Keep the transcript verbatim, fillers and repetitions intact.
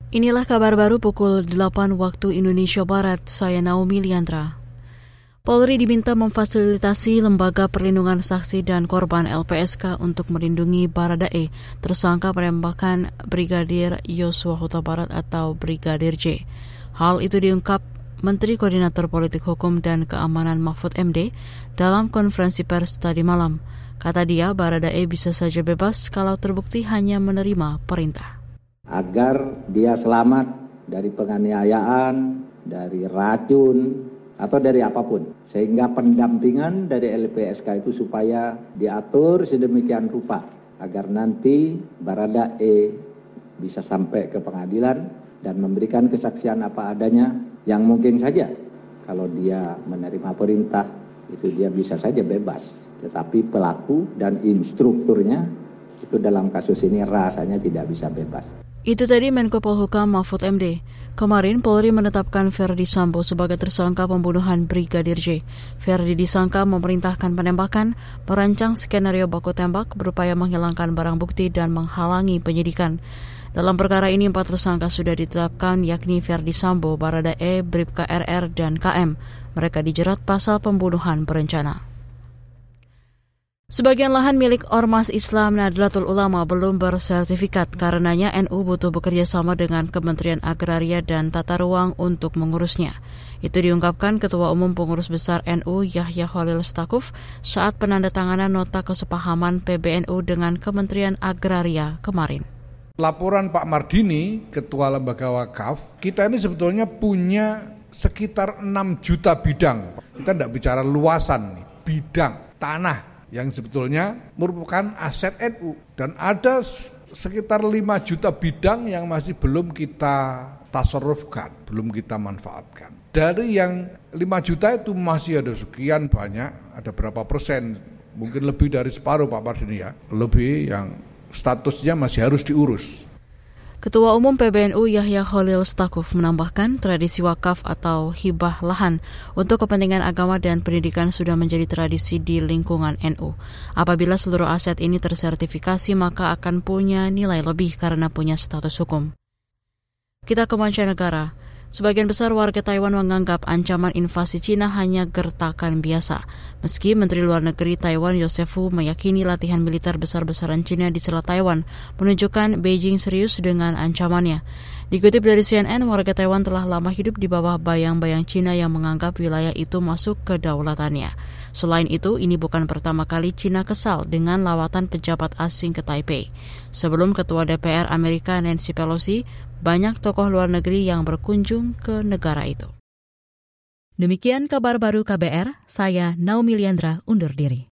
Inilah kabar baru pukul delapan waktu Indonesia Barat, saya Naomi Liandra. Polri diminta memfasilitasi Lembaga Perlindungan Saksi dan Korban L P S K untuk melindungi Baradae, tersangka penembakan Brigadir Yosua Huta Barat atau Brigadir J. Hal itu diungkap Menteri Koordinator Politik Hukum dan Keamanan Mahfud M D dalam konferensi pers tadi malam. Kata dia, Baradae bisa saja bebas kalau terbukti hanya menerima perintah. Agar dia selamat dari penganiayaan, dari racun, atau dari apapun. Sehingga pendampingan dari L P S K itu supaya diatur sedemikian rupa, agar nanti Baradae bisa sampai ke pengadilan dan memberikan kesaksian apa adanya, yang mungkin saja kalau dia menerima perintah, itu dia bisa saja bebas. Tetapi pelaku dan instrukturnya itu dalam kasus ini rasanya tidak bisa bebas. Itu tadi Menko Polhukam Mahfud M D. Kemarin Polri menetapkan Verdi Sambo sebagai tersangka pembunuhan Brigadir J. Verdi disangka memerintahkan penembakan, merancang skenario baku tembak, berupaya menghilangkan barang bukti dan menghalangi penyidikan. Dalam perkara ini empat tersangka sudah ditetapkan, yakni Verdi Sambo, Baradae, Bribka R R, dan K M. Mereka dijerat pasal pembunuhan berencana. Sebagian lahan milik Ormas Islam Nahdlatul Ulama belum bersertifikat, karenanya N U butuh bekerja sama dengan Kementerian Agraria dan Tata Ruang untuk mengurusnya. Itu diungkapkan Ketua Umum Pengurus Besar N U Yahya Khalil Stakuf saat penandatanganan nota kesepahaman P B N U dengan Kementerian Agraria kemarin. Laporan Pak Mardini, Ketua Lembaga Wakaf, kita ini sebetulnya punya sekitar enam juta bidang. Kita tidak bicara luasan nih, bidang, tanah, yang sebetulnya merupakan aset N U. Dan ada sekitar lima juta bidang yang masih belum kita tasarrufkan, belum kita manfaatkan. Dari yang lima juta itu masih ada sekian banyak, ada berapa persen, mungkin lebih dari separuh Pak Mardini ya, lebih yang statusnya masih harus diurus. Ketua Umum P B N U Yahya Khalil Stakuf menambahkan tradisi wakaf atau hibah lahan untuk kepentingan agama dan pendidikan sudah menjadi tradisi di lingkungan N U. Apabila seluruh aset ini tersertifikasi, maka akan punya nilai lebih karena punya status hukum. Kita ke mancanegara. Sebagian besar warga Taiwan menganggap ancaman invasi Cina hanya gertakan biasa. Meski Menteri Luar Negeri Taiwan Joseph Wu meyakini latihan militer besar-besaran Cina di Selat Taiwan menunjukkan Beijing serius dengan ancamannya. Dikutip dari C N N, warga Taiwan telah lama hidup di bawah bayang-bayang Cina yang menganggap wilayah itu masuk kedaulatannya. Selain itu, ini bukan pertama kali Cina kesal dengan lawatan pejabat asing ke Taipei. Sebelum Ketua D P R Amerika Nancy Pelosi, banyak tokoh luar negeri yang berkunjung ke negara itu. Demikian kabar baru K B R, saya Naomi Liandra undur diri.